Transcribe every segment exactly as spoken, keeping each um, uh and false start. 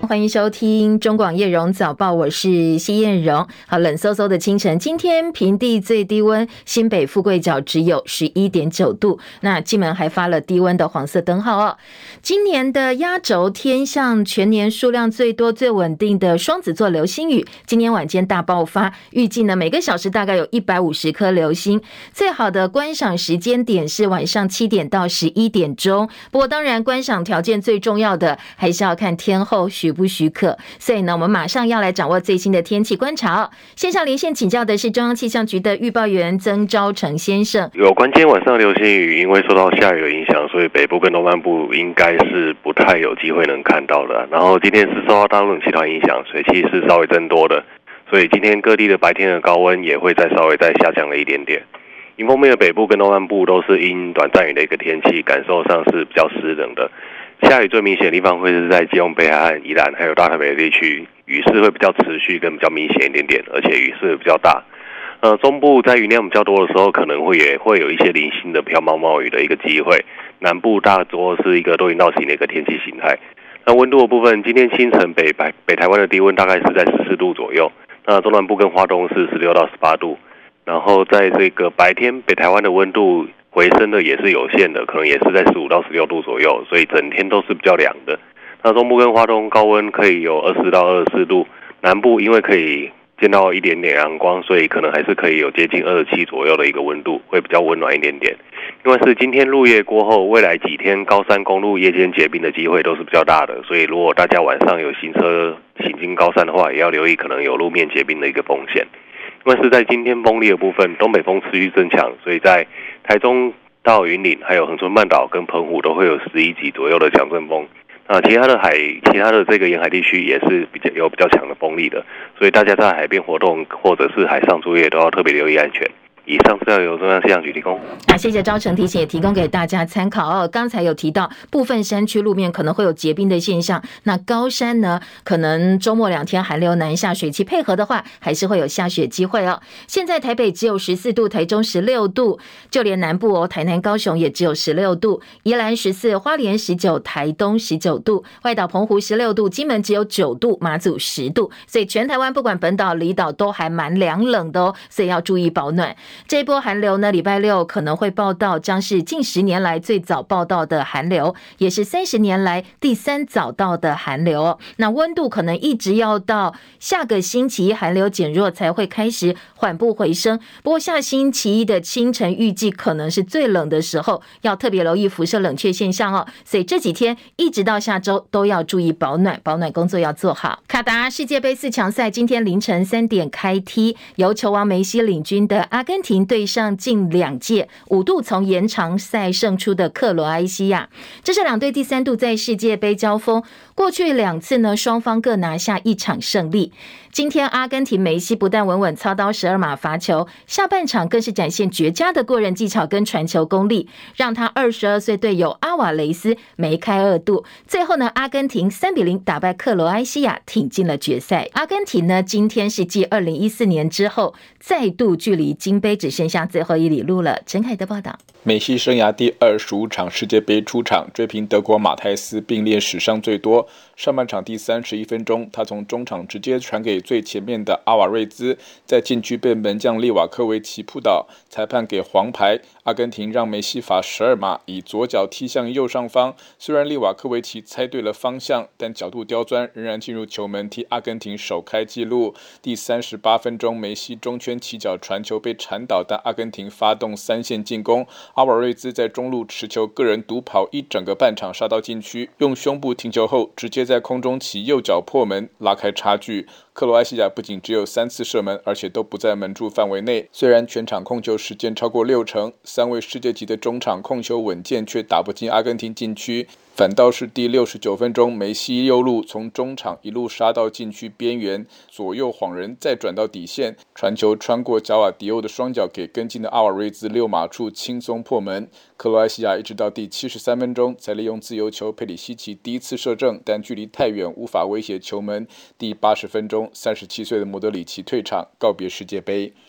欢迎收听中广叶荣早报，我是西燕荣。好，冷飕飕的清晨，今天平地最低温新北富贵角只有 十一点九度，那金门还发了低温的黄色灯号哦。今年的压轴天象，全年数量最多最稳定的双子座流星雨，今天晚间大爆发，预计呢每个小时大概有一百五十颗流星，最好的观赏时间点是晚上七点到十一点钟。不过当然观赏条件最重要的还是要看天候许不许可，所以呢我们马上要来掌握最新的天气观察哦。线上连线请教的是中央气象局的预报员曾昭成先生。 有关今天晚上流星雨，因为受到下雨的影响，所以北部跟东半部应该是不太有机会能看到的。然后今天是受到大陆冷气团影响，水汽是稍微增多的，所以今天各地的白天的高温也会再稍微再下降了一点点。迎风面的北部跟东半部都是阴短暂雨的一个天气，感受上是比较湿冷的。下雨最明显的地方会是在基隆北海岸、宜兰还有大台北的地区，雨势会比较持续跟比较明显一点点，而且雨势比较大。呃，中部在云量比较多的时候，可能会也会有一些零星的飘毛毛雨的一个机会。南部大多是一个多云到晴的一个天气形态。那温度的部分，今天清晨北北北台湾的低温大概是在十四度左右，那中南部跟花东是十六到十八度。然后在这个白天，北台湾的温度回升的也是有限的，可能也是在十五到十六度左右，所以整天都是比较凉的。那中部跟花东高温可以有二十到二十四度，南部因为可以见到一点点阳光，所以可能还是可以有接近二十七左右的一个温度，会比较温暖一点点。另外是今天入夜过后，未来几天高山公路夜间结冰的机会都是比较大的，所以如果大家晚上有行车行经高山的话，也要留意可能有路面结冰的一个风险。另外是在今天风力的部分，东北风持续增强，所以在台中到云林还有恒春半岛跟澎湖都会有十一级左右的强阵风。那其他的海，其他的这个沿海地区也是比较有比较强的风力的，所以大家在海边活动或者是海上作业都要特别留意安全。以上是要由中央气象局提供。 啊，谢谢昭成提醒，也提供给大家参考哦。刚才有提到部分山区路面可能会有结冰的现象，那高山呢，可能周末两天寒流南下，水汽配合的话，还是会有下雪机会哦。现在台北只有十四度，台中十六度，就连南部哦，台南、高雄也只有十六度，宜兰十四，花莲十九，台东十九度，外岛澎湖十六度，金门只有九度，马祖十度，所以全台湾不管本岛、离岛都还蛮凉冷的哦，所以要注意保暖。这一波寒流呢，礼拜六可能会报到，将是近十年来最早报到的寒流，也是三十年来第三早到的寒流哦。那温度可能一直要到下个星期一寒流减弱才会开始缓步回升。不过下星期一的清晨预计可能是最冷的时候，要特别留意辐射冷却现象哦。所以这几天一直到下周都要注意保暖，保暖工作要做好。卡达世界杯四强赛今天凌晨三点开踢，由球王梅西领军的阿根廷对上近两届五度从延长赛胜出的克罗埃西亚，这是两队第三度在世界杯交锋。过去两次呢，双方各拿下一场胜利。今天阿根廷梅西不但稳稳操刀十二码罚球，下半场更是展现绝佳的过人技巧跟传球功力，让他二十二岁队友阿瓦雷斯梅开二度。最后呢，阿根廷三比零打败克罗埃西亚，挺进了决赛。阿根廷呢，今天是继二零一四年之后，再度距离金杯只剩下最后一里路了。陈凯的报道。 梅西生涯第二十五场世界杯出场，追平德国马泰斯，并列史上最多。上半场第三十一分钟，他从中场直接传给最前面的阿瓦瑞兹，在禁区被门将利瓦科维奇扑倒，裁判给黄牌。阿根廷让梅西罚十二码，以左脚踢向右上方。虽然利瓦科维奇猜对了方向，但角度刁钻，仍然进入球门，替阿根廷首开纪录。第三十八分钟，梅西中圈起脚传球被铲倒，但阿根廷发动三线进攻。阿瓦瑞兹在中路持球个人独跑一整个半场杀到禁区，用胸部停球后直接在空中起右脚破门，拉开差距。克罗埃西亚不仅只有三次射门，而且都不在门柱范围内。虽然全场控球时间超过六成，三位世界级的中场控球稳健，却打不进阿根廷禁区。反倒是第六十九分钟，梅西右路从中场一路杀到禁区边缘，左右晃人，再转到底线，传球穿过贾瓦迪欧的双脚，给跟进的阿瓦瑞兹六码处轻松破门。克罗埃西亚一直到第七十三分钟才利用自由球佩里西奇第一次射正，但距离太远无法威胁球门。第八十分钟，三十七岁的莫德里奇退场，告别世界杯。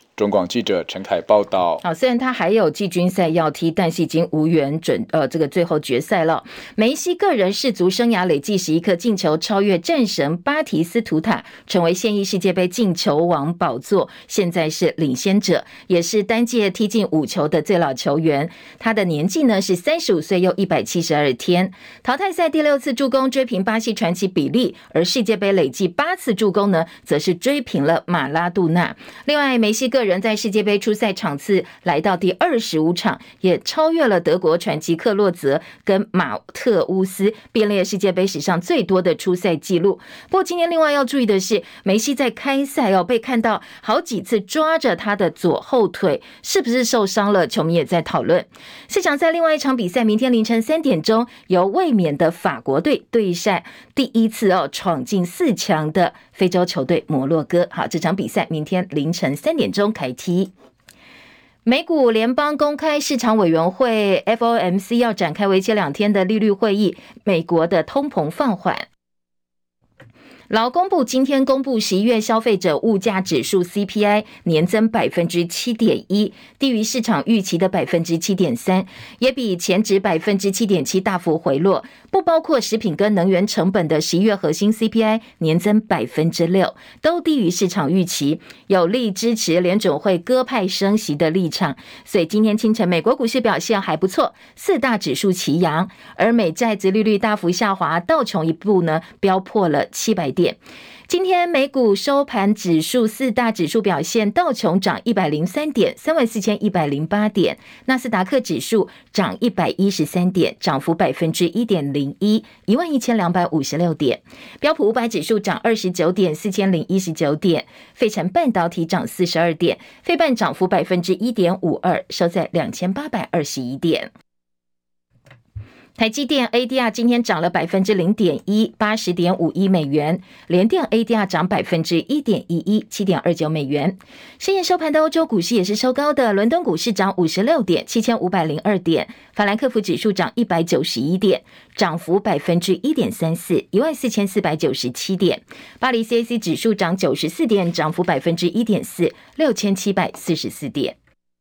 中广记者陈凯报道。 好，虽然他还有季军赛要踢，但是已经无缘准呃这个最后决赛了。梅西个人世足生涯累计十一颗进球，超越战神巴提斯图塔，成为现役世界杯进球王宝座，现在是领先者，也是单届踢进五球的最老球员。他的年纪呢是三十五岁又一百七十二天。淘汰赛第六次助攻追平巴西传奇比利，而世界杯累计八次助攻呢，则是追平了马拉杜纳。另外，梅西个人在世界杯出赛场次来到第二十五场，也超越了德国传奇克洛泽跟马特乌斯，并列世界杯史上最多的出赛纪录。不过今天另外要注意的是，梅西在开赛哦被看到好几次抓着他的左后腿，是不是受伤了？球迷也在讨论。四强赛另外一场比赛，明天凌晨三点钟，由卫冕的法国队对战第一次哦闯进四强的非洲球队摩洛哥。好，这场比赛明天凌晨三点钟开踢。美股联邦公开市场委员会 F O M C 要展开为期两天的利率会议，美国的通膨放缓。劳工部今天公布十一月消费者物价指数 C P I 年增 百分之七点一， 低于市场预期的 百分之七点三， 也比前值 百分之七点七 大幅回落。不包括食品跟能源成本的十一月核心 C P I 年增 百分之六， 都低于市场预期，有力支持联准会鸽派升息的立场。所以今天清晨美国股市表现还不错，四大指数齐扬，而美债殖利率大幅下滑，道琼一步呢飙破了七百点。今天美股收盘指数四大指数表现，道琼涨一百零三点，三万四千一百零八点；纳斯达克指数涨一百一十三点，涨幅百分之一点零一，一万一千两百五十六点；标普五百指数涨二十九点，四千零一十九点；费城半导体涨四十二点，费半涨幅百分之一点五二，收在两千八百二十一点。台积电 A D R 今天涨了 百分之零点一， 八十点五一美元，联电 A D R 涨 百分之一点一一， 七点二九美元。深夜收盘的欧洲股市也是收高的，伦敦股市涨五十六点， 七千五百零二点，法兰克福指数涨一百九十一点，涨幅 百分之一点三四， 一万四千四百九十七点。巴黎 C A C 指数涨九十四点，涨幅 百分之一点四， 六千七百四十四点。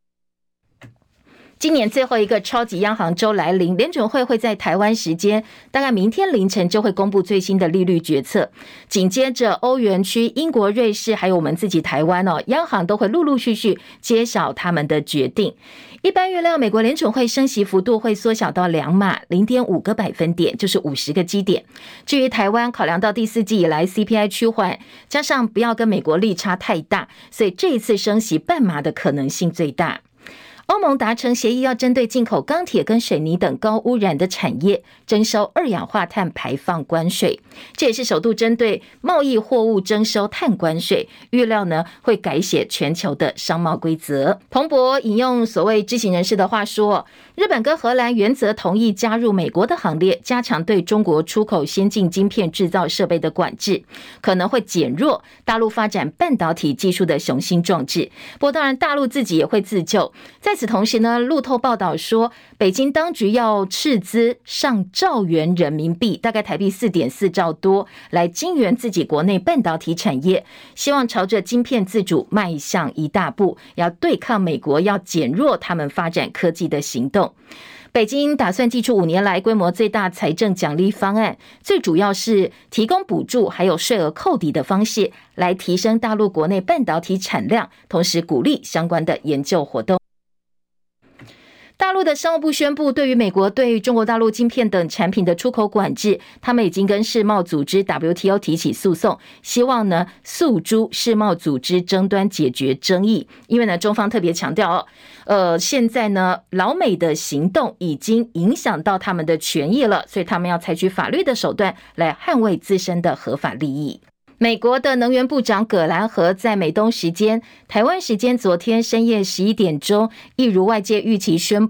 今年最后一个超级央行周来临，联准会会在台湾时间大概明天凌晨就会公布最新的利率决策。紧接着欧元区、英国、瑞士还有我们自己台湾哦，央行都会陆陆续续揭晓他们的决定。一般预料美国联准会升息幅度会缩小到两码 零点五 个百分点，就是五十个基点。至于台湾，考量到第四季以来 C P I 趋缓，加上不要跟美国利差太大，所以这一次升息半码的可能性最大。欧盟达成协议，要针对进口钢铁跟水泥等高污染的产业征收二氧化碳排放关税，这也是首度针对贸易货物征收碳关税，预料呢会改写全球的商贸规则。彭博引用所谓知情人士的话说，日本跟荷兰原则同意加入美国的行列，加强对中国出口先进晶片制造设备的管制，可能会减弱大陆发展半导体技术的雄心壮志。不过当然大陆自己也会自救。在此同时呢，路透报道说，北京当局要斥资上兆元人民币，大概台币 四点四兆多，来经援自己国内半导体产业，希望朝着晶片自主迈向一大步，要对抗美国，要减弱他们发展科技的行动。北京打算祭出五年来规模最大财政奖励方案，最主要是提供补助还有税额扣抵的方式，来提升大陆国内半导体产量，同时鼓励相关的研究活动。大陆的商务部宣布，对于美国对中国大陆晶片等产品的出口管制，他们已经跟世贸组织 W T O 提起诉讼，希望呢诉诸世贸组织争端解决争议。因为呢，中方特别强调哦，呃，现在呢老美的行动已经影响到他们的权益了，所以他们要采取法律的手段来捍卫自身的合法利益。美国的能源部长葛兰河在美东时间、台湾时间昨天深夜十一点钟，一如外界预期宣布，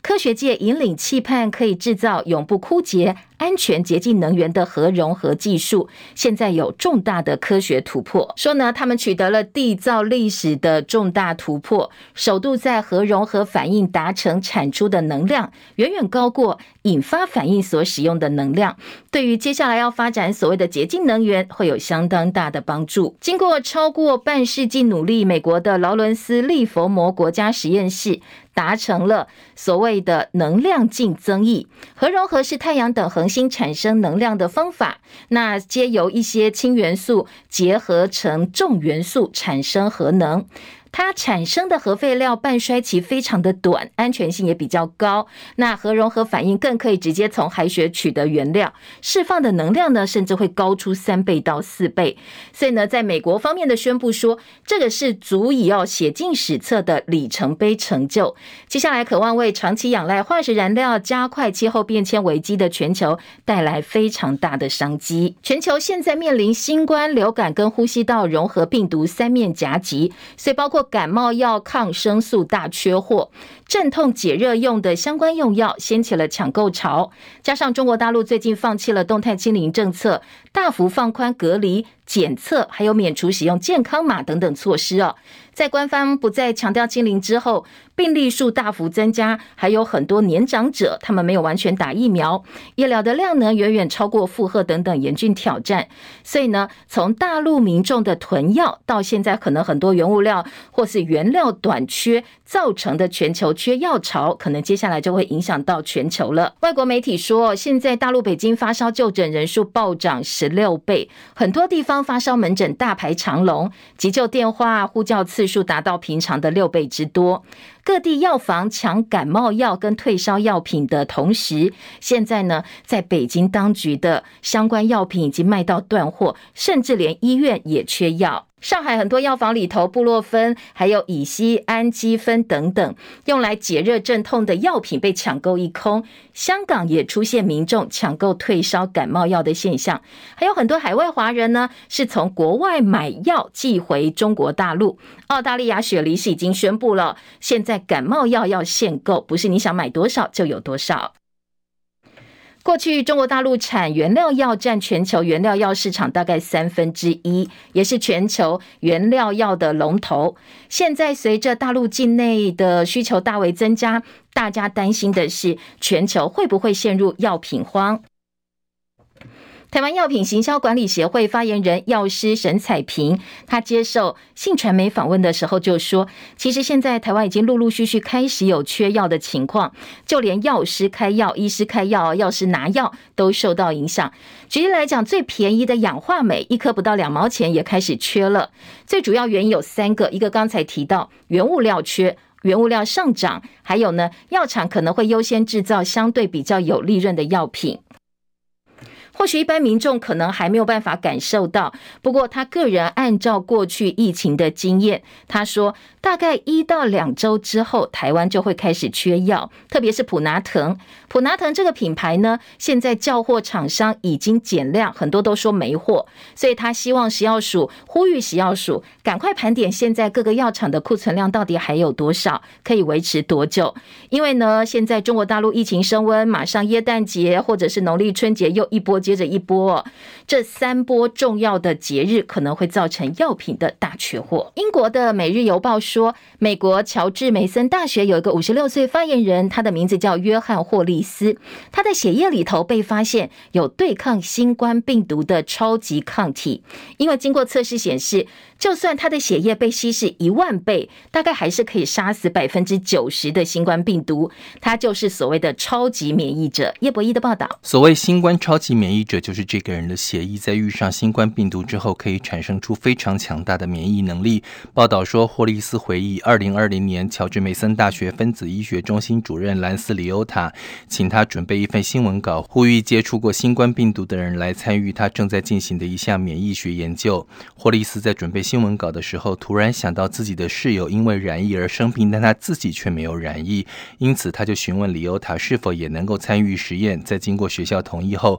科学界引领期盼可以制造永不枯竭、安全洁净能源的核融合技术，现在有重大的科学突破。说呢，他们取得了缔造历史的重大突破，首度在核融合反应达成产出的能量远远高过引发反应所使用的能量，对于接下来要发展所谓的洁净能源会有相当大的帮助。经过超过半世纪努力，美国的劳伦斯利佛摩国家实验室达成了所谓的能量净增益。核融合是太阳等恒星产生能量的方法，那皆由一些氢元素结合成重元素产生核能。它产生的核废料半衰期非常的短，安全性也比较高。那核融合反应更可以直接从海水取得原料，释放的能量呢，甚至会高出三倍到四倍。所以呢，在美国方面的宣布说，这个是足以要写进史册的里程碑成就。接下来渴望为长期仰赖化石燃料、加快气候变迁危机的全球带来非常大的商机。全球现在面临新冠、流感跟呼吸道融合病毒三面夹击，所以包括感冒药、抗生素大缺货，镇痛解热用的相关用药掀起了抢购潮，加上中国大陆最近放弃了动态清零政策，大幅放宽隔离、检测，还有免除使用健康码等等措施哦。在官方不再强调清零之后，病例数大幅增加，还有很多年长者他们没有完全打疫苗，医疗的量呢远远超过负荷等等严峻挑战。所以呢，从大陆民众的囤药到现在可能很多原物料或是原料短缺造成的全球缺药潮，可能接下来就会影响到全球了。外国媒体说，现在大陆北京发烧就诊人数暴涨十六倍，很多地方发烧门诊大排长龙，急救电话呼叫次数达到平常的六倍之多。各地药房抢感冒药跟退烧药品的同时，现在呢，在北京当局的相关药品已经卖到断货，甚至连医院也缺药。上海很多药房里头，布洛芬还有乙酰氨基酚等等用来解热镇痛的药品被抢购一空。香港也出现民众抢购退烧感冒药的现象，还有很多海外华人呢是从国外买药寄回中国大陆。澳大利亚雪梨是已经宣布了，现在感冒药要限购，不是你想买多少就有多少。过去中国大陆产原料药占全球原料药市场大概三分之一，也是全球原料药的龙头。现在随着大陆境内的需求大为增加，大家担心的是全球会不会陷入药品荒。台湾药品行销管理协会发言人药师沈彩萍，他接受信传媒访问的时候就说，其实现在台湾已经陆陆续续开始有缺药的情况，就连药师开药、医师开药、药师拿药都受到影响。举例来讲，最便宜的氧化镁一颗不到两毛钱也开始缺了。最主要原因有三个，一个刚才提到原物料缺，原物料上涨，还有呢，药厂可能会优先制造相对比较有利润的药品。或许一般民众可能还没有办法感受到，不过他个人按照过去疫情的经验，他说大概一到两周之后，台湾就会开始缺药，特别是普拿疼。普拿疼这个品牌呢，现在叫货厂商已经减量，很多都说没货，所以他希望食药署呼吁食药署赶快盘点现在各个药厂的库存量到底还有多少，可以维持多久。因为呢，现在中国大陆疫情升温，马上耶诞节或者是农历春节又一波接着一波，这三波重要的节日可能会造成药品的大缺货。英国的每日邮报说，美国乔治梅森大学有一个五十六岁发言人，他的名字叫约翰霍利斯，他的血液里头被发现有对抗新冠病毒的超级抗体，因为经过测试显示，就算他的血液被稀释一万倍，大概还是可以杀死百分之九十的新冠病毒，他就是所谓的超级免疫者。叶博弈的报道， 所谓新冠超级免疫者，就是这个人的血液在遇上新冠病毒之后，可以产生出非常强大的免疫能力。报道说，霍利斯回忆，二零二零年乔治梅森大学分子医学中心主任兰斯里欧塔请他准备一份新闻稿，呼吁接触过新冠病毒的人来参与他正在进行的一项免疫学研究。霍利斯在准备新闻稿的时候，突然想到自己的室友因为染疫而生病，但他自己却没有染疫，因此他就询问里欧塔是否也能够参与实验。在经过学校同意后，霍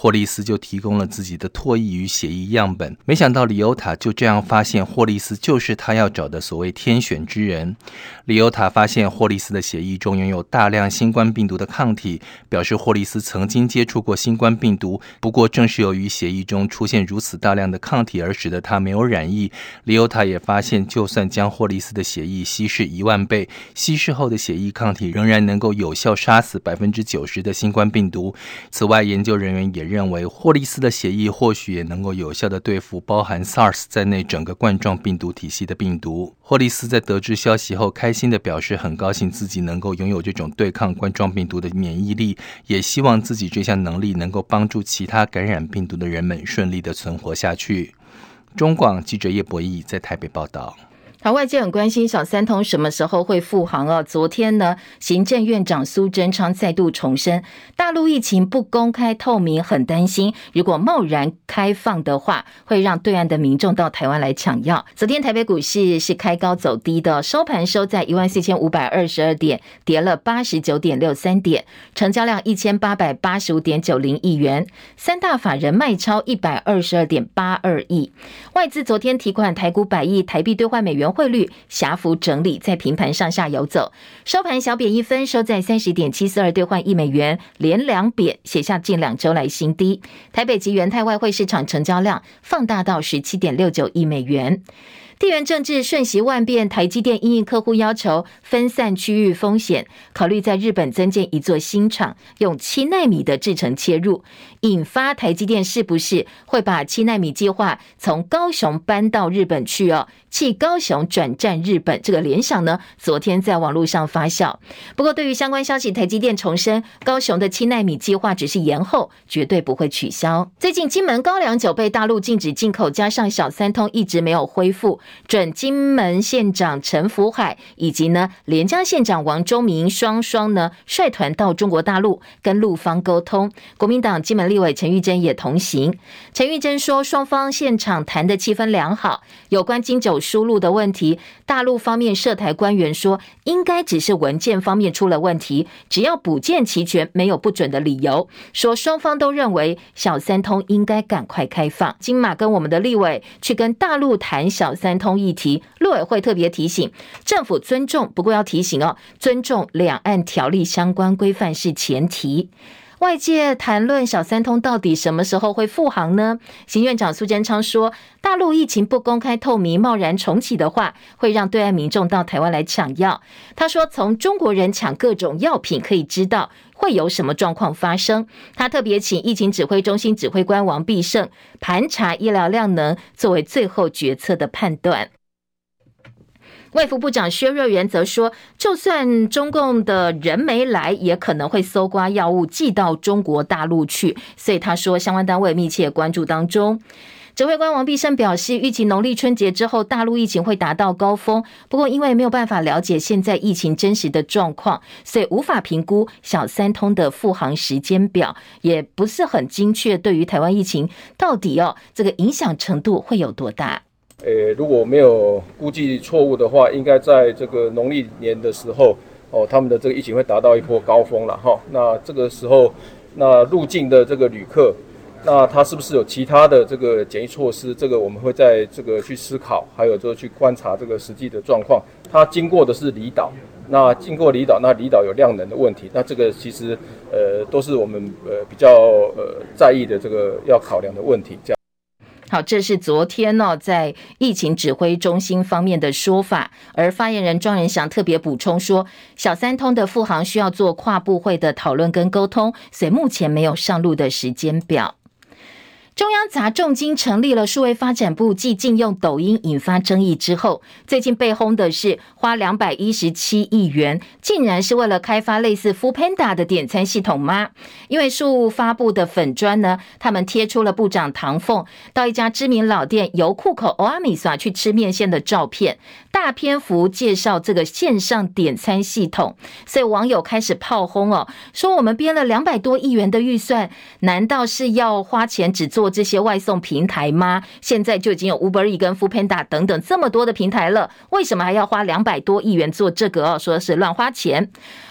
霍利斯就提供了自己的唾液与血液样本，没想到里欧塔就这样发现霍利斯就是他要找的所谓天选之人。里欧塔发现霍利斯的血液中拥有大量新冠病毒的抗体，表示霍利斯曾经接触过新冠病毒，不过正是由于血液中出现如此大量的抗体而使得他没有染疫。里欧塔也发现，就算将霍利斯的血液稀释一万倍，稀释后的血液抗体仍然能够有效杀死 百分之九十 的新冠病毒。此外，研究人员也认为霍利斯的血液或许也能够有效地对付包含 SARS 在内整个冠状病毒体系的病毒。霍利斯在得知消息后开心地表示，很高兴自己能够拥有这种对抗冠状病毒的免疫力，也希望自己这项能力能够帮助其他感染病毒的人们顺利地存活下去。中广记者叶博弈在台北报道。 好，外界很关心小三通什么时候会复航哦。昨天呢，行政院长苏贞昌再度重申，大陆疫情不公开透明，很担心，如果贸然开放的话，会让对岸的民众到台湾来抢药。昨天台北股市是开高走低的，收盘收在 一万四千五百二十二 点，跌了 八十九点六三 点，成交量 一千八百八十五点九零 亿元，三大法人卖超 一百二十二点八二 亿。外资昨天提款台股百亿，台币兑换美元汇率狭幅整理，在平盘上下游走，收盘小贬一分，收在 三十点七四二兑换一美元，连两贬，写下近两周来新低。台北及元泰外汇市场成交量放大到 十七点六九亿美元。地缘政治瞬息万变，台积电因应客户要求分散区域风险，考虑在日本增建一座新厂，用七奈米的制程切入，引发台积电是不是会把七奈米计划从高雄搬到日本去哦？弃高雄转战日本，这个联想呢，昨天在网络上发酵。不过对于相关消息，台积电重申，高雄的七奈米计划只是延后，绝对不会取消。最近金门高粱酒被大陆禁止进口，加上小三通一直没有恢复，准金门县长陈福海以及呢连江县长王忠明双双呢率团到中国大陆跟陆方沟通，国民党金门立委陈玉珍也同行。陈玉珍说，双方现场谈的气氛良好，有关金酒输入的问题，大陆方面涉台官员说，应该只是文件方面出了问题，只要补件齐全，没有不准的理由。说双方都认为小三通应该赶快开放。金马跟我们的立委去跟大陆谈小三通议题，陆委会特别提醒政府尊重，不过要提醒哦，尊重两岸条例相关规范是前提。外界谈论小三通到底什么时候会复航呢？行院长苏贞昌说，大陆疫情不公开透明，贸然重启的话，会让对岸民众到台湾来抢药。他说，从中国人抢各种药品可以知道会有什么状况发生。他特别请疫情指挥中心指挥官王必胜盘查医疗量能，作为最后决策的判断。卫福部长薛若元则说，就算中共的人没来，也可能会搜刮药物寄到中国大陆去，所以他说相关单位密切关注当中。指挥官王必胜表示，预期农历春节之后大陆疫情会达到高峰，不过因为没有办法了解现在疫情真实的状况，所以无法评估小三通的复航时间表，也不是很精确，对于台湾疫情到底哦这个影响程度会有多大。 呃，如果没有估计错误的话，应该在这个农历年的时候，哦，他们的这个疫情会达到一波高峰了哈。那这个时候，那入境的这个旅客，那他是不是有其他的这个检疫措施？这个我们会在这个去思考，还有就去观察这个实际的状况。他经过的是离岛，那经过离岛，那离岛有量能的问题，那这个其实呃都是我们呃比较呃在意的这个要考量的问题。这样。 好，这是昨天哦，在疫情指挥中心方面的说法，而发言人庄仁祥特别补充说，小三通的复航需要做跨部会的讨论跟沟通，所以目前没有上路的时间表。中央砸重金成立了数位发展部，继禁用抖音引发争议之后，最近被轰的是花两百一十七亿元，竟然是为了开发类似 Foodpanda 的点餐系统吗？因为数发部的粉专呢，他们贴出了部长唐凤到一家知名老店由库口欧阿米萨去吃面线的照片，大篇幅介绍这个线上点餐系统，所以网友开始炮轰哦，说我们编了两百多亿元的预算，难道是要花钱只做这些外送平台吗？现在就已经有 Uber Eats 跟 Foodpanda 等等这么多的平台了，为什么还要花两百多亿元做这个哦？说是乱花钱。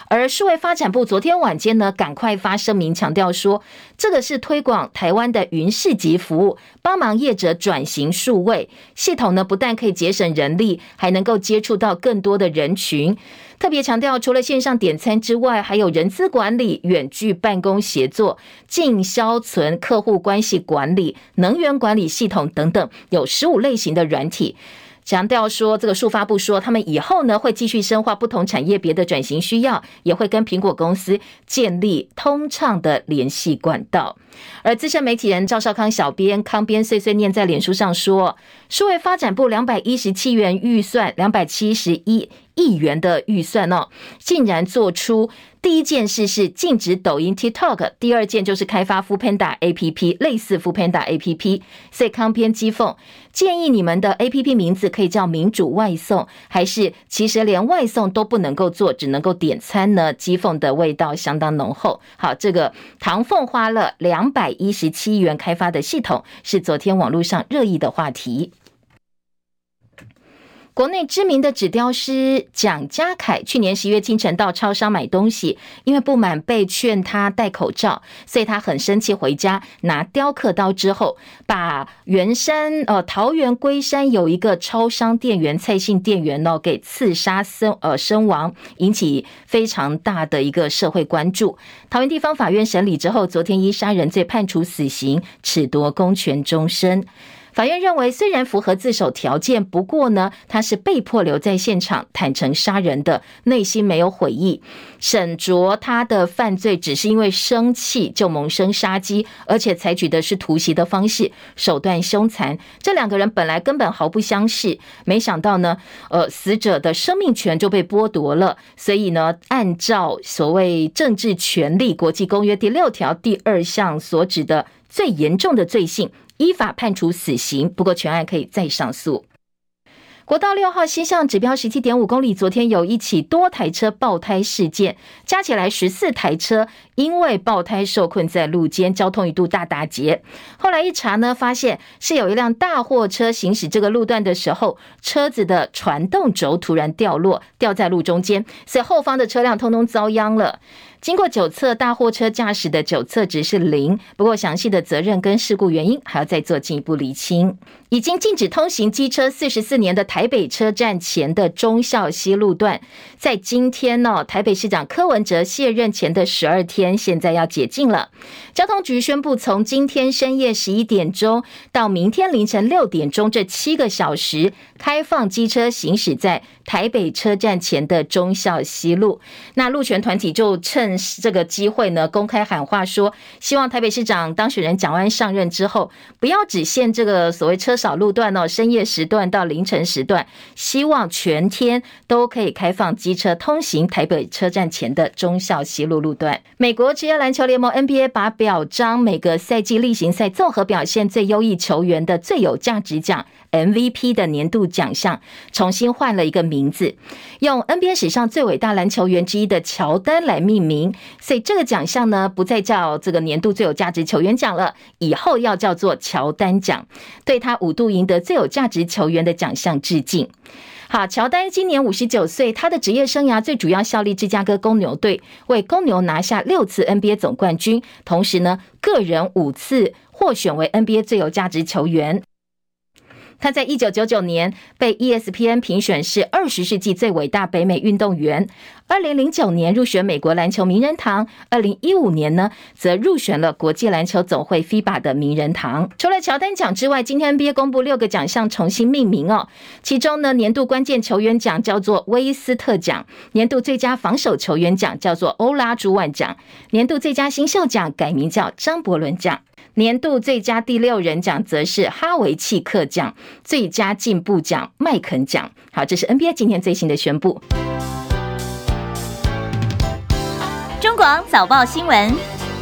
而数位发展部昨天晚间呢，赶快发声明强调说，这个是推广台湾的云市集服务，帮忙业者转型数位系统呢，不但可以节省人力，还能够接触到更多的人群。特别强调，除了线上点餐之外，还有人资管理、远距办公协作、进销存、客户关系管理、能源管理系统等等，有十五类型的软体。强调说，这个数发部说，他们以后呢会继续深化不同产业别的转型需要，也会跟苹果公司建立通畅的联系管道。而资深媒体人赵少康小编康编碎碎念在脸书上说，数位发展部两百一十七元预算，两百七十一亿元的预算哦，竟然做出第一件事是禁止抖音 TikTok， 第二件就是开发 Foodpanda A P P， 类似 Foodpanda A P P。 所以康编讥讽，建议你们的 A P P 名字可以叫民主外送，还是其实连外送都不能够做，只能够点餐呢？讥讽的味道相当浓厚。好，这个唐凤花了两百一十七亿元开发的系统，是昨天网络上热议的话题。国内知名的纸雕师蒋家凯去年十月清晨到超商买东西，因为不满被劝他戴口罩，所以他很生气，回家拿雕刻刀之后，把圆山呃桃园龟山有一个超商店员蔡姓店员呢给刺杀身呃身亡，引起非常大的一个社会关注。桃园地方法院审理之后，昨天依杀人罪判处死刑，褫夺公权终身。法院认为，虽然符合自首条件，不过呢，他是被迫留在现场坦诚杀人的，内心没有悔意。审酌他的犯罪只是因为生气就萌生杀机，而且采取的是突袭的方式，手段凶残。这两个人本来根本毫不相识，没想到呢，呃，死者的生命权就被剥夺了。所以呢，按照所谓政治权利国际公约第六条第二项所指的最严重的罪行，依法判处死刑，不过全案可以再上诉。国道六号西向指标 十七点五公里，昨天有一起多台车爆胎事件，加起来十四台车因为爆胎受困在路肩，交通一度大打结。后来一查呢，发现是有一辆大货车行驶这个路段的时候，车子的传动轴突然掉落，掉在路中间，所以后方的车辆通通遭殃了。经过酒测，大货车驾驶的酒测值是零，不过详细的责任跟事故原因还要再做进一步厘清。已经禁止通行机车四十四年的台北车站前的忠孝西路段，在今天呢、哦，台北市长柯文哲卸任前的十二天，现在要解禁了。交通局宣布，从今天深夜十一点钟到明天凌晨六点钟这七个小时，开放机车行驶在台北车站前的忠孝西路。那路权团体就趁这个机会呢，公开喊话说，希望台北市长当选人蒋万安上任之后，不要只限这个所谓车少路段哦，深夜时段到凌晨时段，希望全天都可以开放机车通行台北车站前的忠孝西路路段。美国职业篮球联盟 N B A 把表彰每个赛季例行赛综合表现最优异球员的最有价值奖 M V P 的年度奖项重新换了一个名字，用 N B A 史上最伟大篮球员之一的乔丹来命名，所以这个奖项呢不再叫这个年度最有价值球员奖了，以后要叫做乔丹奖，对他五度赢得最有价值球员的奖项致敬。好，乔丹今年五十九岁，他的职业生涯最主要效力芝加哥公牛队，为公牛拿下六次 N B A 总冠军，同时呢，个人五次获选为 N B A 最有价值球员。他在一九九九年被 E S P N 评选是二十世纪最伟大北美运动员，二零零九年入选美国篮球名人堂，二零一五年呢则入选了国际篮球总会 F I B A 的名人堂。除了乔丹奖之外，今天 N B A 公布六个奖项重新命名哦，其中呢年度关键球员奖叫做威斯特奖，年度最佳防守球员奖叫做欧拉朱万奖，年度最佳新秀奖改名叫张伯伦奖，年度最佳第六人奖则是哈维契克奖，最佳进步奖麦肯奖。好，这是 N B A 今天最新的宣布。 中广早报新闻。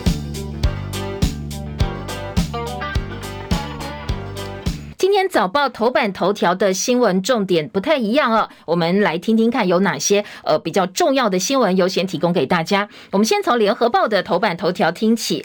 今天早报头版头条的新闻重点不太一样哦，我们来听听看有哪些呃比较重要的新闻，优先提供给大家。我们先从联合报的头版头条听起。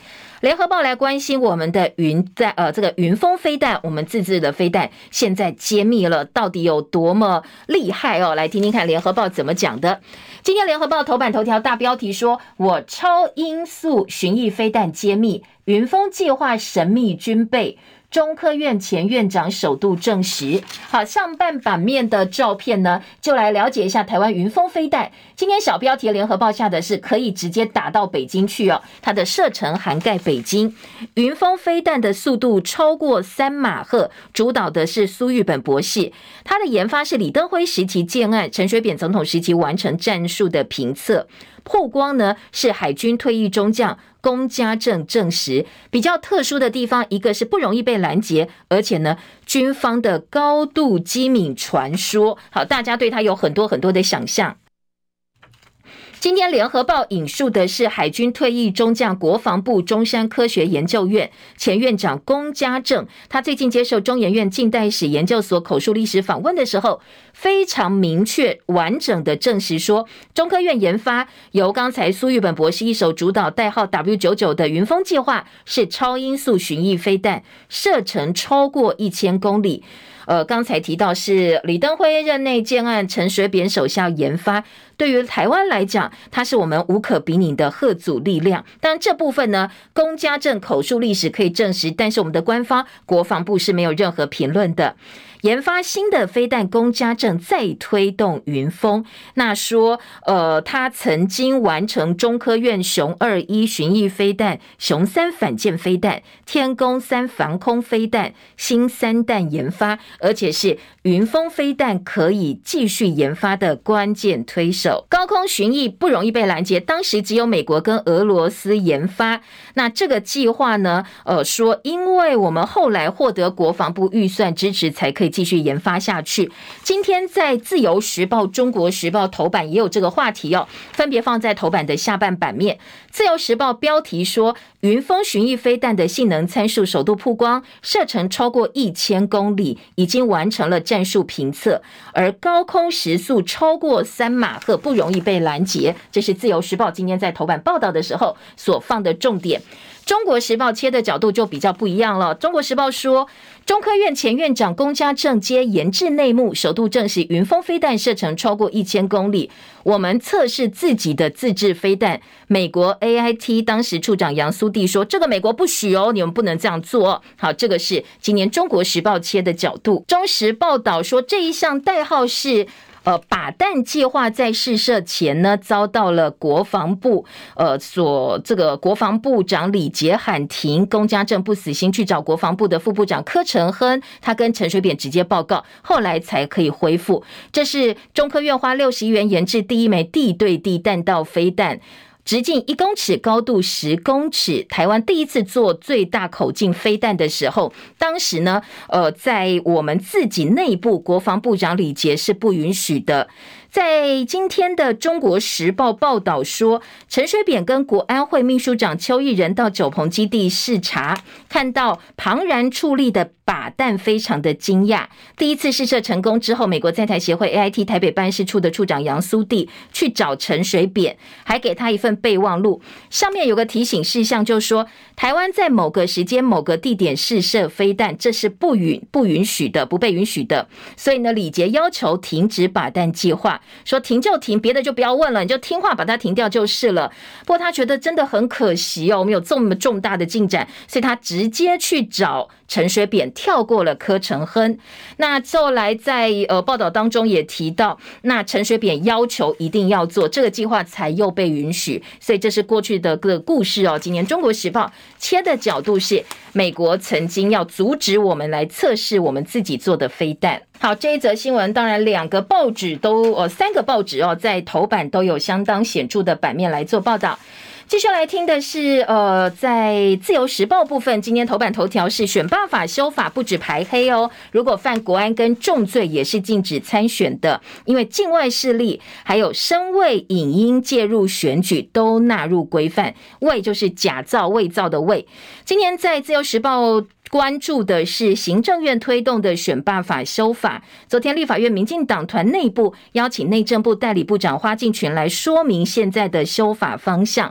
联合报来关心我们的云在呃这个云峰飞弹，我们自制的飞弹现在揭秘了到底有多么厉害哦，来听听看联合报怎么讲的。今天联合报头版头条大标题说，我超音速巡弋飞弹揭秘，云峰计划神秘军备。中科院前院长首度证实。好，上半版面的照片呢，就来了解一下台湾云峰飞弹。今天小标题联合报下的是可以直接打到北京去哦，它的射程涵盖北京。云峰飞弹的速度超过三马赫，主导的是苏玉本博士，他的研发是李登辉时期建案，陈水扁总统时期完成战术的评测。曝光呢是海军退役中将龚家正证实，比较特殊的地方，一个是不容易被拦截，而且呢军方的高度机敏传说，好，大家对他有很多很多的想象。今天联合报引述的是海军退役中将、国防部中山科学研究院前院长龚家正，他最近接受中研院近代史研究所口述历史访问的时候，非常明确完整的证实说，中科院研发由刚才苏玉本博士一手主导，代号 W 九十九 的云峰计划是超音速巡弋飞弹，射程超过一千公里。呃，刚才提到是李登辉任内建案，陈水扁手下研发，对于台湾来讲，它是我们无可比拟的吓阻力量。当然这部分呢，龚家正口述历史可以证实，但是我们的官方国防部是没有任何评论的。研发新的飞弹，龚家正再推动云峰。那说，呃，他曾经完成中科院雄二一巡弋飞弹、雄三反舰飞弹、天宫三防空飞弹、新三弹研发，而且是云峰飞弹可以继续研发的关键推手。高空巡弋不容易被拦截，当时只有美国跟俄罗斯研发。那这个计划呢，呃，说因为我们后来获得国防部预算支持，才可以继续研发下去。今天在自由时报、中国时报头版也有这个话题哦，分别放在头版的下半版面。自由时报标题说，云峰巡弋飞弹的性能参数首度曝光，射程超过一千公里，已经完成了战术评测，而高空时速超过三马赫，不容易被拦截。这是自由时报今天在头版报道的时候所放的重点。中国时报切的角度就比较不一样了。中国时报说，中科院前院长龚家正接研制内幕，首度证实云峰飞弹射程超过一千公里。我们测试自己的自制飞弹，美国 A I T 当时处长杨苏棣说，这个美国不许哦，你们不能这样做。好，这个是今年中国时报切的角度。中时报道说，这一项代号是呃，靶弹计划在试射前呢，遭到了国防部呃所这个国防部长李捷喊停，龚家正不死心去找国防部的副部长柯承亨，他跟陈水扁直接报告，后来才可以恢复。这是中科院花六十亿元研制第一枚地对地弹道飞弹。直径一公尺，高度十公尺。台湾第一次做最大口径飞弹的时候，当时呢，呃，在我们自己内部，国防部长李捷是不允许的。在今天的中国时报报道说，陈水扁跟国安会秘书长邱毅人到九鹏基地视察，看到庞然矗立的靶弹，非常的惊讶。第一次试射成功之后，美国在台协会 A I T 台北办事处的处长杨苏棣去找陈水扁，还给他一份备忘录，上面有个提醒事项，就说台湾在某个时间某个地点试射飞弹，这是不允不允许的，不被允许的。所以呢，李捷要求停止靶弹计划，说停就停，别的就不要问了，你就听话把它停掉就是了。不过他觉得真的很可惜哦，我们有这么重大的进展，所以他直接去找陈水扁，跳过了柯承亨。那后来在呃报道当中也提到，那陈水扁要求一定要做这个计划，才又被允许。所以这是过去的个故事哦。今年中国时报切的角度是，美国曾经要阻止我们来测试我们自己做的飞弹。好，这一则新闻当然两个报纸都呃三个报纸哦，在头版都有相当显著的版面来做报道。继续来听的是，呃，在自由时报部分，今天头版头条是选罢法修法不止排黑哦，如果犯国安跟重罪也是禁止参选的，因为境外势力还有声位影音介入选举都纳入规范，伪就是假造伪造的伪。今天在自由时报关注的是行政院推动的选罢法修法。昨天立法院民进党团内部邀请内政部代理部长花敬群来说明现在的修法方向。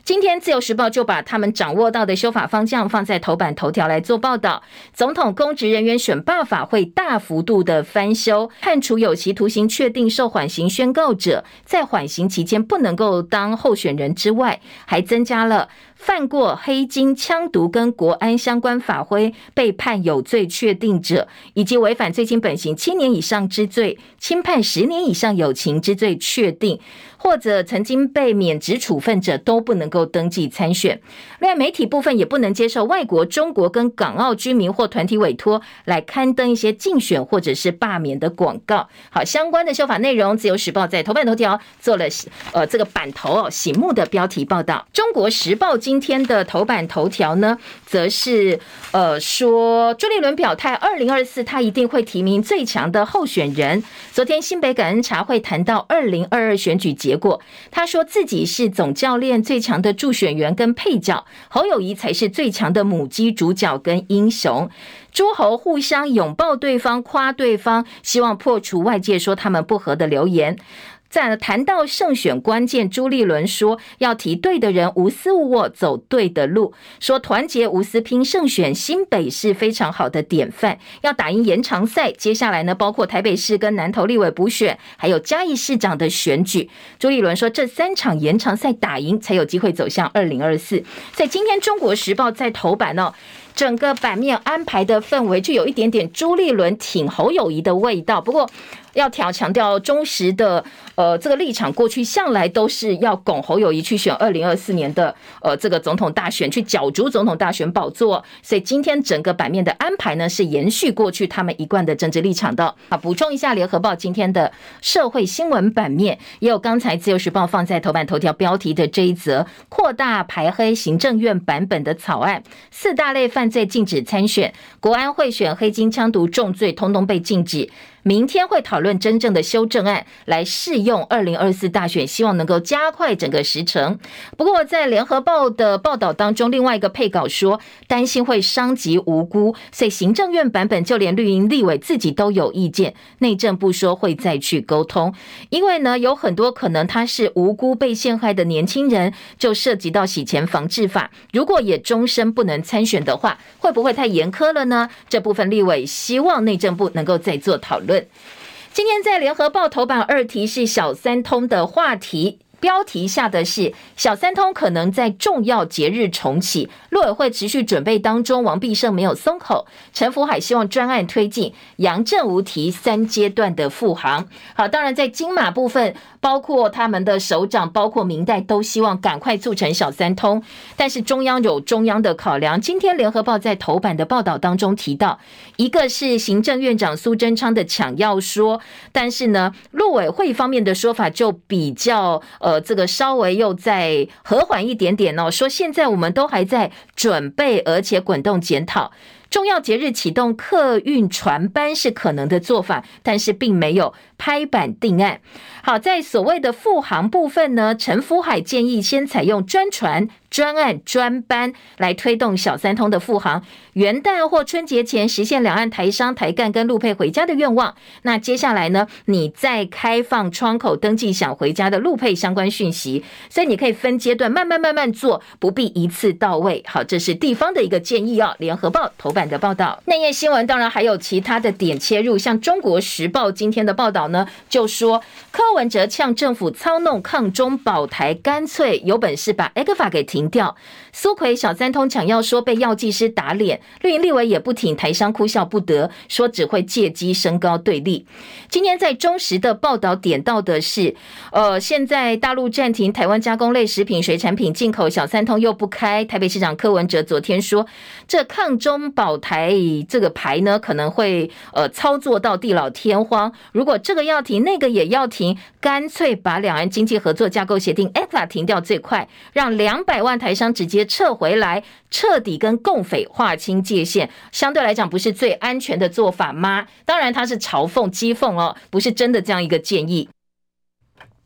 今天自由时报就把他们掌握到的修法方向放在头版头条来做报道。总统公职人员选罢法会大幅度的翻修，判处有期徒刑确定受缓刑宣告者，在缓刑期间不能够当候选人之外，还增加了犯过黑金、枪毒跟国安相关法规被判有罪确定者，以及违反最轻本刑七年以上之罪、轻判十年以上有期之罪确定，或者曾经被免职处分者都不能够登记参选。另外媒体部分也不能接受外国、中国跟港澳居民或团体委托来刊登一些竞选或者是罢免的广告。好，相关的修法内容，自由时报在头版头条做了呃这个版头哦醒目的标题报道。中国时报今天的头版头条呢，则是呃说朱立伦表态，二零二四他一定会提名最强的候选人。昨天新北感恩茶会谈到二零二二选举结果，他说自己是总教练最强的助选员跟配角，侯友宜才是最强的母鸡主角跟英雄。诸侯互相拥抱对方，夸对方，希望破除外界说他们不合的流言。在谈到胜选关键，朱立伦说要提对的人，无私无我，走对的路，说团结无私拼胜选，新北是非常好的典范，要打赢延长赛。接下来呢，包括台北市跟南投立委补选，还有嘉义市长的选举。朱立伦说这三场延长赛打赢，才有机会走向二零二四。在今天中国时报在头版哦，整个版面安排的氛围就有一点点朱立伦挺侯友宜的味道，不过要调强调中时的呃这个立场，过去向来都是要拱侯友宜去选二零二四年的呃这个总统大选，去角逐总统大选宝座。所以今天整个版面的安排呢，是延续过去他们一贯的政治立场的。啊，补充一下，联合报今天的社会新闻版面也有刚才自由时报放在头版头条标题的这一则扩大排黑行政院版本的草案，四大类犯罪禁止参选，国安会选黑金枪毒重罪通通被禁止。明天会讨论真正的修正案来适用二零二四大选，希望能够加快整个时程。不过在联合报的报道当中，另外一个配稿说担心会伤及无辜，所以行政院版本就连绿营立委自己都有意见，内政部说会再去沟通。因为呢有很多可能他是无辜被陷害的年轻人，就涉及到洗钱防治法，如果也终身不能参选的话，会不会太严苛了呢？这部分立委希望内政部能够再做讨论。今天在联合报头版二题是小三通的话题，标题下的是小三通可能在重要节日重启，陆委会持续准备当中，王必胜没有松口，陈福海希望专案推进，杨正无提三阶段的复航。好，当然在金马部分，包括他们的首长，包括民代都希望赶快促成小三通，但是中央有中央的考量。今天联合报在头版的报道当中提到，一个是行政院长苏贞昌的抢药说，但是呢陆委会方面的说法就比较呃这个稍微又再和缓一点点哦，说现在我们都还在准备，而且滚动检讨。重要节日启动客运船班是可能的做法，但是并没有拍板定案。好，在所谓的复航部分呢，陈福海建议先采用专船、专案、专班来推动小三通的复航，元旦或春节前实现两岸台商、台干跟陆配回家的愿望。那接下来呢，你再开放窗口登记想回家的陆配相关讯息，所以你可以分阶段慢慢慢慢做，不必一次到位。好，这是地方的一个建议哦。联合报头版的报道，内页新闻当然还有其他的点切入，像中国时报今天的报道呢，就说柯文哲呛政府操弄抗中保台，干脆有本事把 E C F A 给停掉。苏揆小三通抢药说被药剂师打脸，绿营立委也不挺，台商哭笑不得，说只会借机升高对立。今天在中时的报道点到的是，呃，现在大陆暂停台湾加工类食品、水产品进口，小三通又不开。台北市长柯文哲昨天说，这抗中保台这个牌呢，可能会呃操作到地老天荒。如果这个要停，那个也要停，干脆把两岸经济合作架构协定 E C F A 停掉最快，让两百万台商直接撤回来，彻底跟共匪划清界限，相对来讲不是最安全的做法吗？当然他是嘲讽讥讽哦，不是真的这样一个建议。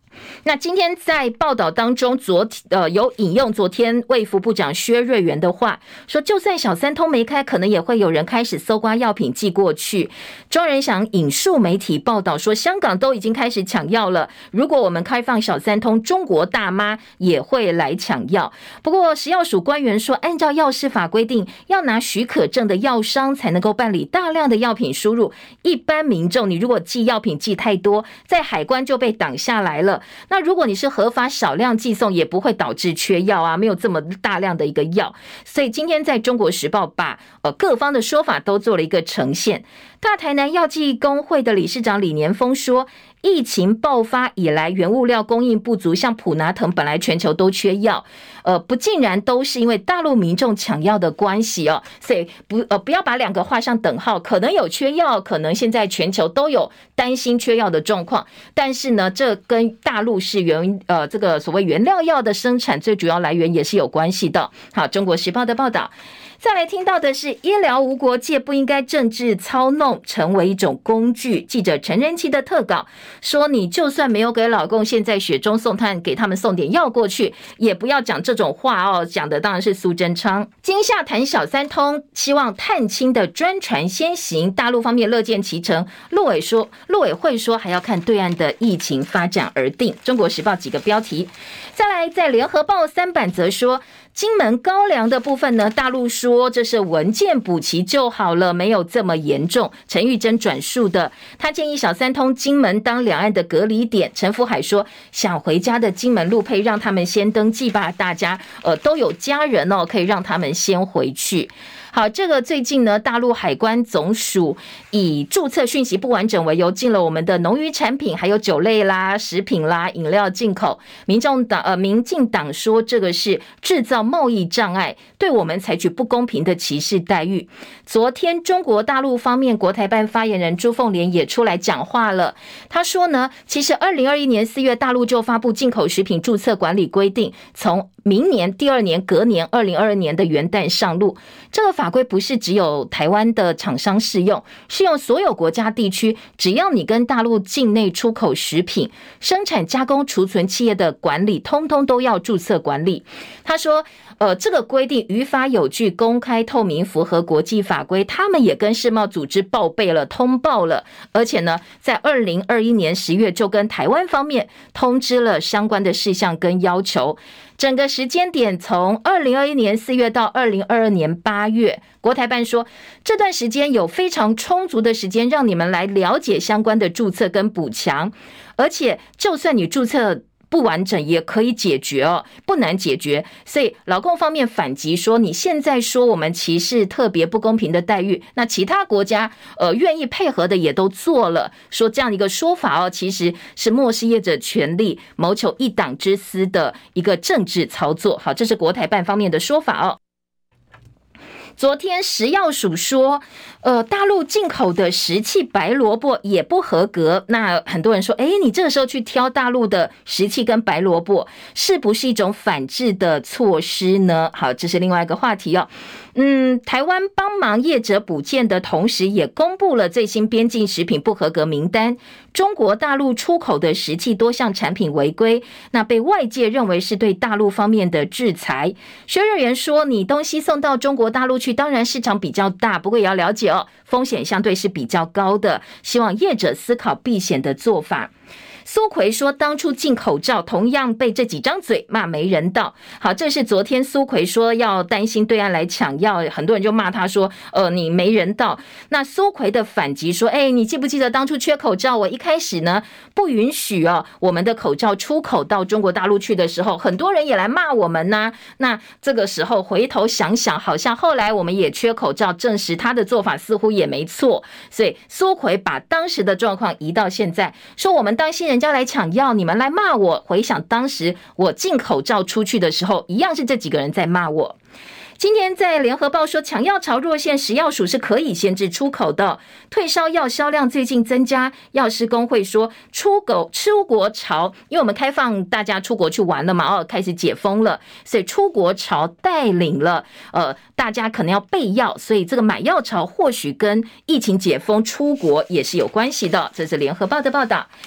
那今天在报道当中，昨呃有引用昨天卫福部长薛瑞元的话，说就算小三通没开，可能也会有人开始搜刮药品寄过去。庄人祥引述媒体报道说，香港都已经开始抢药了，如果我们开放小三通，中国大妈也会来抢药。不过食药署官员说，按照药事法规定，要拿许可证的药商才能够办理大量的药品输入，一般民众你如果寄药品寄太多，在海关就被挡下来了。那如果你是合法少量寄送，也不会导致缺药啊，没有这么大量的一个药。所以今天在中国时报把呃各方的说法都做了一个呈现。大台南药剂工会的理事长李年峰说，疫情爆发以来，原物料供应不足，像普拿疼本来全球都缺药，呃，不尽然都是因为大陆民众抢药的关系哦，所以不呃不要把两个画上等号，可能有缺药，可能现在全球都有担心缺药的状况，但是呢，这跟大陆是原呃这个所谓原料药的生产最主要来源也是有关系的。好，中国时报的报道。再来听到的是，医疗无国界，不应该政治操弄成为一种工具。记者陈仁琪的特稿说，你就算没有给老公现在雪中送炭，给他们送点药过去，也不要讲这种话哦。讲的当然是苏贞昌。今夏谈小三通，希望探亲的专船先行，大陆方面乐见其成。陆委说，陆委会说还要看对岸的疫情发展而定。中国时报几个标题。再来，在联合报三版则说，金门高粱的部分呢，大陆说这是文件补齐就好了，没有这么严重。陈玉珍转述的，他建议小三通金门当两岸的隔离点。陈福海说，想回家的金门陆配让他们先登记吧，大家呃都有家人哦，可以让他们先回去。好，这个最近呢，大陆海关总署以注册讯息不完整为由，禁了我们的农渔产品，还有酒类啦、食品啦、饮料进口。民众党呃，民进党说这个是制造贸易障碍，对我们采取不公平的歧视待遇。昨天中国大陆方面国台办发言人朱凤莲也出来讲话了，他说呢，其实二零二一年四月大陆就发布进口食品注册管理规定，从明年第二年隔年二零二二年的元旦上路。这个法规不是只有台湾的厂商适用，适用所有国家地区，只要你跟大陆境内出口食品、生产加工储存企业的管理，通通都要注册管理。他说呃，这个规定于法有据、公开透明，符合国际法规，他们也跟世贸组织报备了、通报了，而且呢，在二零二一年十月就跟台湾方面通知了相关的事项跟要求。整个时间点从二零二一年四月到二零二二年八月，国台办说这段时间有非常充足的时间让你们来了解相关的注册跟补强，而且就算你注册不完整也可以解决哦，不难解决。所以劳工方面反击说，你现在说我们歧视特别不公平的待遇，那其他国家呃愿意配合的也都做了，说这样一个说法哦，其实是漠视业者权利，谋求一党之私的一个政治操作。好，这是国台办方面的说法哦。昨天食药署说，呃，大陆进口的食器白萝卜也不合格。那很多人说，哎，你这个时候去挑大陆的食器跟白萝卜，是不是一种反制的措施呢？好，这是另外一个话题哦。嗯，台湾帮忙业者补件的同时，也公布了最新边境食品不合格名单。中国大陆出口的食器多项产品违规，那被外界认为是对大陆方面的制裁。薛瑞元说，你东西送到中国大陆去，当然市场比较大，不过也要了解哦，风险相对是比较高的，希望业者思考避险的做法。苏揆说，当初进口罩同样被这几张嘴骂没人道。好，这是昨天苏揆说要担心对岸来抢药，很多人就骂他说，呃，你没人道。那苏揆的反击说，哎，你记不记得当初缺口罩，我一开始呢不允许哦我们的口罩出口到中国大陆去的时候，很多人也来骂我们呐、啊。那这个时候回头想想，好像后来我们也缺口罩，证实他的做法似乎也没错。所以苏揆把当时的状况移到现在，说我们担心人家来抢药，你们来骂我。回想当时我进口罩出去的时候，一样是这几个人在骂我。今天在联合报说，抢药潮若现，食药署是可以限制出口的。退烧药销量最近增加，药师工会说出口出国潮，因为我们开放大家出国去玩了嘛，哦，开始解封了，所以出国潮带领了呃大家可能要备药，所以这个买药潮或许跟疫情解封出国也是有关系的。这是联合报的报道。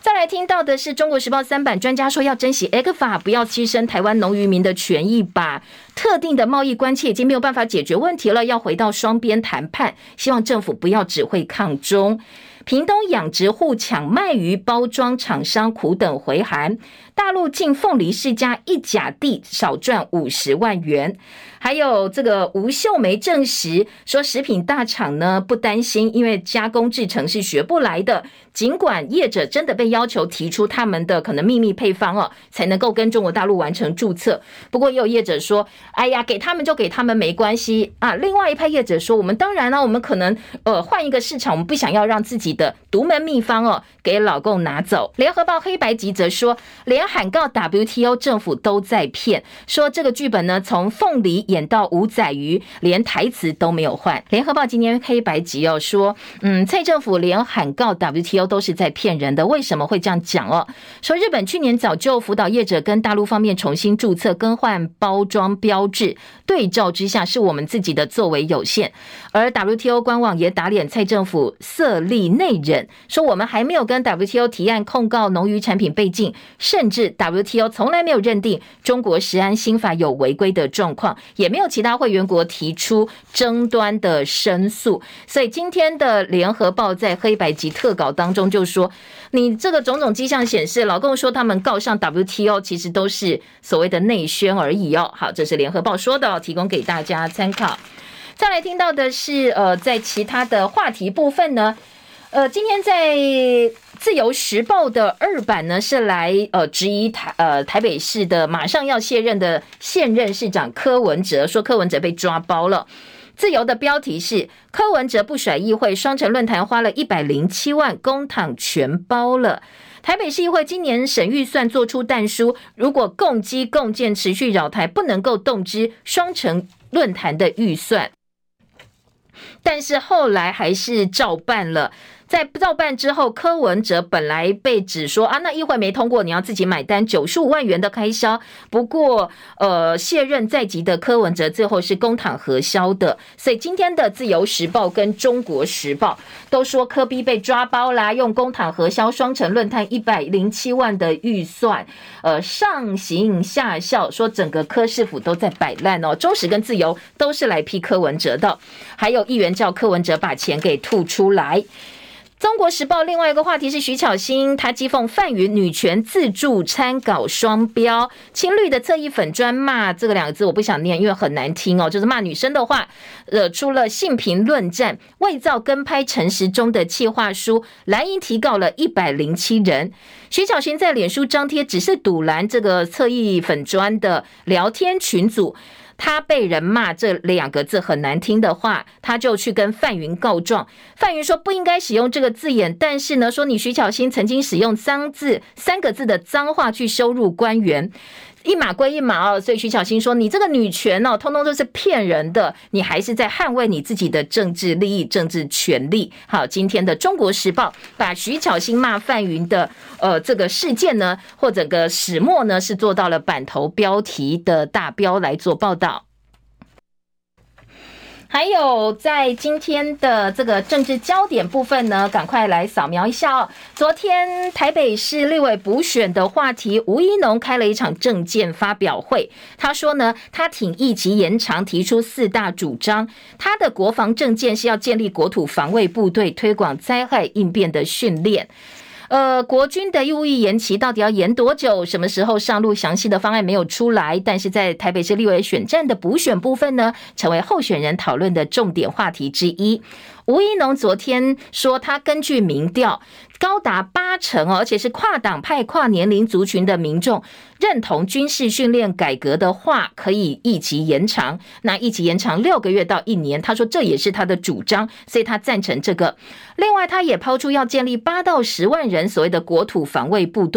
再来听到的是中国时报三版专家说要珍惜 E C F A， 不要牺牲台湾农渔民的权益吧。特定的贸易关切已经没有办法解决问题了，要回到双边谈判，希望政府不要只会抗中。屏东养殖户抢卖鱼，包装厂商苦等回函。大陆进凤梨世家一甲地少赚五十万元。还有这个吴秀梅证实说，食品大厂呢不担心，因为加工制成是学不来的。尽管业者真的被要求提出他们的可能秘密配方哦，才能够跟中国大陆完成注册。不过也有业者说，哎呀，给他们就给他们没关系啊。另外一派业者说，我们当然呢、啊，我们可能呃换一个市场，我们不想要让自己的独门秘方哦给老共拿走。联合报黑白集则说，连喊告 W T O 政府都在骗，说这个剧本呢从凤梨演到五仔鱼，连台词都没有换。联合报今天黑白集哦说，嗯，蔡政府连喊告 W T O 都是在骗人的。为什么会这样讲哦？说日本去年早就辅导业者跟大陆方面重新注册更换包装标志，对照之下是我们自己的作为有限。而 W T O 官网也打脸蔡政府色厉内荏，说我们还没有跟 W T O 提案控告农渔产品被禁，甚至 W T O 从来没有认定中国食安新法有违规的状况，也没有其他会员国提出争端的申诉。所以今天的联合报在黑白集特稿当中就说，你这个种种迹象显示，老共说他们告上 W T O 其实都是所谓的内宣而已哦。好，这是联合报说的，提供给大家参考。再来听到的是，呃，在其他的话题部分呢，呃，今天在自由时报的二版呢，是来呃质疑台呃台北市的马上要卸任的现任市长柯文哲，说柯文哲被抓包了。自由的标题是柯文哲不甩议会，双城论坛花了一百零七万，公帑全包了。台北市议会今年审预算做出但书，如果共机共建持续扰台，不能够动支双城论坛的预算。但是后来还是照办了。在照办之后，柯文哲本来被指说啊，那议会没通过，你要自己买单九十五万元的开销。不过，呃，卸任在即的柯文哲最后是公帑核销的。所以今天的自由时报跟中国时报都说柯 P 被抓包啦，用公帑核销双城论坛一百零七万的预算，呃，上行下效，说整个柯市府都在摆烂哦。中时跟自由都是来批柯文哲的，还有议员叫柯文哲把钱给吐出来。中国时报另外一个话题是徐巧芯，她讥讽范云女权自助参稿双标，青绿的侧翼粉专骂这个两个字我不想念，因为很难听哦，就是骂女生的话，惹出了性平论战，伪造跟拍陈时中的企划书，蓝营提告了一百零七人。徐巧芯在脸书张贴只是堵拦这个侧翼粉专的聊天群组，他被人骂这两个字很难听的话，他就去跟范云告状。范云说不应该使用这个字眼，但是呢，说你徐巧芯曾经使用脏字三个字的脏话去羞辱官员。一码归一码哦，所以徐巧芯说你这个女权哦，通通都是骗人的，你还是在捍卫你自己的政治利益、政治权利。好，今天的中国时报把徐巧芯骂范云的呃这个事件呢，或整个始末呢，是做到了版头标题的大标来做报道。还有在今天的这个政治焦点部分呢，赶快来扫描一下哦。昨天台北市立委补选的话题，吴怡农开了一场政见发表会，他说呢，他挺役期延长，提出四大主张。他的国防政见是要建立国土防卫部队，推广灾害应变的训练。呃，国军的义务役延期到底要延多久？什么时候上路？详细的方案没有出来，但是在台北市立委选战的补选部分呢，成为候选人讨论的重点话题之一。吴怡农昨天说，他根据民调，高达八成哦，而且是跨党派、跨年龄族群的民众认同军事训练改革的话，可以役期延长。那役期延长六个月到一年，他说这也是他的主张，所以他赞成这个。另外，他也抛出要建立八到十万人所谓的国土防卫部队，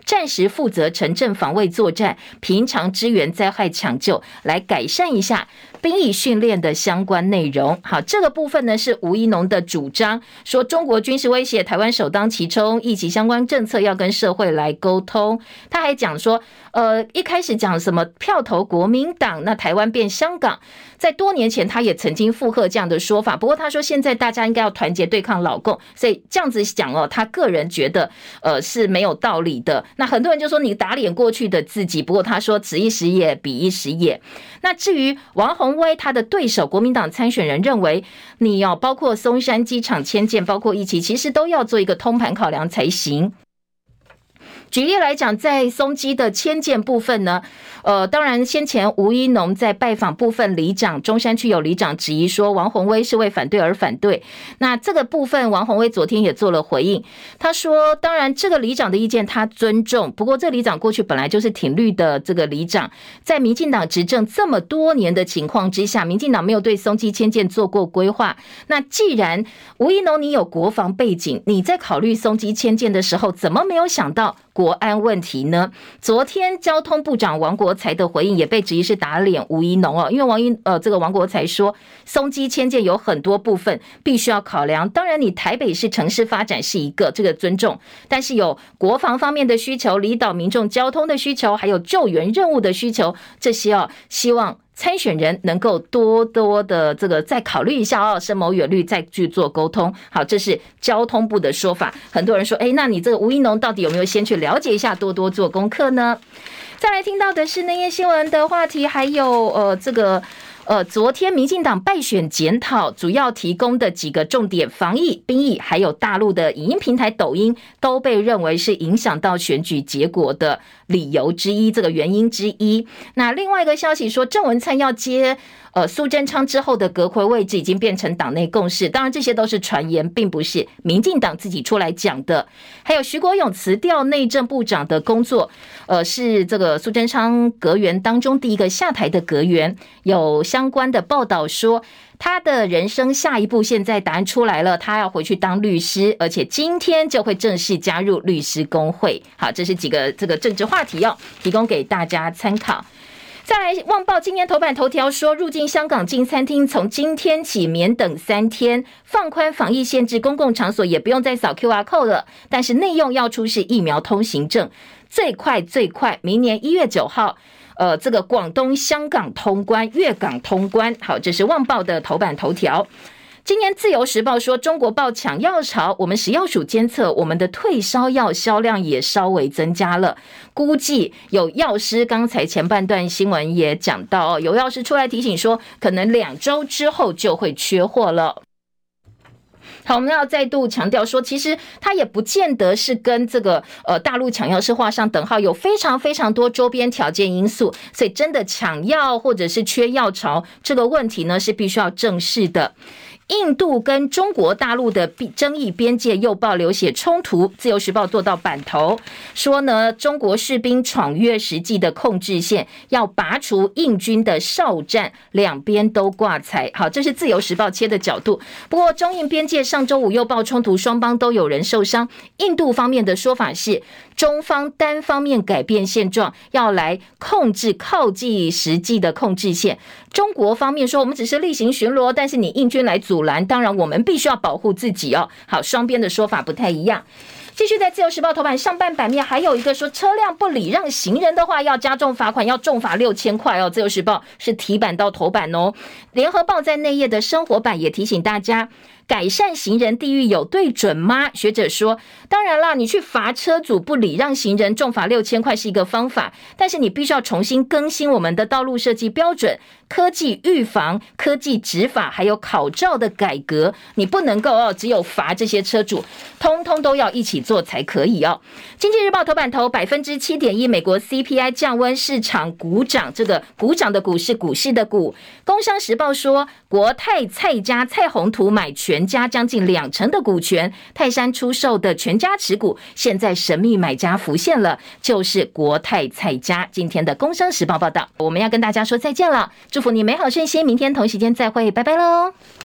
暂时负责城镇防卫作战，平常支援灾害抢救，来改善一下兵役训练的相关内容。好，这个部分呢是吴怡农的主张，说中国军事威胁台湾首当其冲，疫情相关政策要跟社会来沟通。他还讲说，呃，一开始讲什么票投国民党，那台湾变香港，在多年前他也曾经附和这样的说法。不过他说现在大家应该要团结对抗老共，所以这样子讲哦，他个人觉得呃是没有道理的。那很多人就说你打脸过去的自己，不过他说此一时也彼一时也。那至于王宏威他的对手国民党参选人认为，你要、哦、包括松山机场迁建，包括疫情，其实都要做一个通盘考量才行。举例来讲，在松基的迁建部分呢，呃，当然先前吴怡农在拜访部分里长，中山区有里长质疑说王宏威是为反对而反对。那这个部分王宏威昨天也做了回应，他说当然这个里长的意见他尊重，不过这里长过去本来就是挺绿的，这个里长在民进党执政这么多年的情况之下，民进党没有对松基迁建做过规划。那既然吴怡农你有国防背景，你在考虑松基迁建的时候，怎么没有想到国安问题呢？昨天交通部长王国材的回应也被质疑是打脸吴怡农哦，因为王一呃这个王国材说，松基迁建有很多部分必须要考量，当然你台北市城市发展是一个这个尊重，但是有国防方面的需求、离岛民众交通的需求，还有救援任务的需求，这些哦希望参选人能够多多的这个再考虑一下哦，深谋远虑，再去做沟通。好，这是交通部的说法。很多人说，哎，那你这个吴怡农到底有没有先去了解一下，多多做功课呢？再来听到的是内页新闻的话题，还有呃这个。呃，昨天民进党败选检讨主要提供的几个重点，防疫、兵役，还有大陆的影音平台抖音，都被认为是影响到选举结果的理由之一，这个原因之一。那另外一个消息说，郑文灿要接呃苏贞昌之后的阁揆位置，已经变成党内共识。当然，这些都是传言，并不是民进党自己出来讲的。还有徐国勇辞调内政部长的工作，呃，是这个苏贞昌阁员当中第一个下台的阁员，有相关的报道说，他的人生下一步现在答案出来了，他要回去当律师，而且今天就会正式加入律师公会。好，这是几个这个政治话题哦，提供给大家参考。再来，旺报今天头版头条说，入境香港进餐厅从今天起免等三天，放宽防疫限制，公共场所也不用再扫 Q R code 了，但是内用要出示疫苗通行证，最快最快明年一月九号。呃，这个广东、香港通关，粤港通关。好，这是旺报的头版头条。今年自由时报说，中国报抢药潮，我们食药署监测，我们的退烧药销量也稍微增加了。估计有药师，刚才前半段新闻也讲到，有药师出来提醒说，可能两周之后就会缺货了。好，我们要再度强调说，其实它也不见得是跟这个呃大陆抢药是画上等号，有非常非常多周边条件因素，所以真的抢药或者是缺药潮这个问题呢，是必须要正视的。印度跟中国大陆的争议边界又爆流血冲突，自由时报做到版头说呢，中国士兵闯越实际的控制线，要拔除印军的哨站，两边都挂彩。好，这是自由时报切的角度。不过中印边界上周五又爆冲突，双方都有人受伤。印度方面的说法是，中方单方面改变现状，要来控制靠近实际的控制线。中国方面说，我们只是例行巡逻，但是你印军来阻拦，当然我们必须要保护自己哦。好，双边的说法不太一样。继续在自由时报头版上半版面还有一个说，车辆不礼让行人的话要加重罚款，要重罚六千块哦。自由时报是提版到头版哦。联合报在内页的生活版也提醒大家，改善行人地狱有对准吗？学者说，当然啦，你去罚车主不礼让行人，重罚六千块是一个方法，但是你必须要重新更新我们的道路设计标准、科技预防、科技执法，还有考照的改革，你不能够哦，只有罚这些车主，通通都要一起做才可以哦。经济日报头版头，百分之七点一，美国 C P I 降温，市场股涨，这个股涨的股是股市的股。工商时报说，国泰蔡家蔡宏图买全家将近两成的股权，泰山出售的全家持股，现在神秘买家浮现了，就是国泰蔡家。今天的工商时报报道，我们要跟大家说再见了，祝福你美好顺心，明天同时间再会，拜拜喽。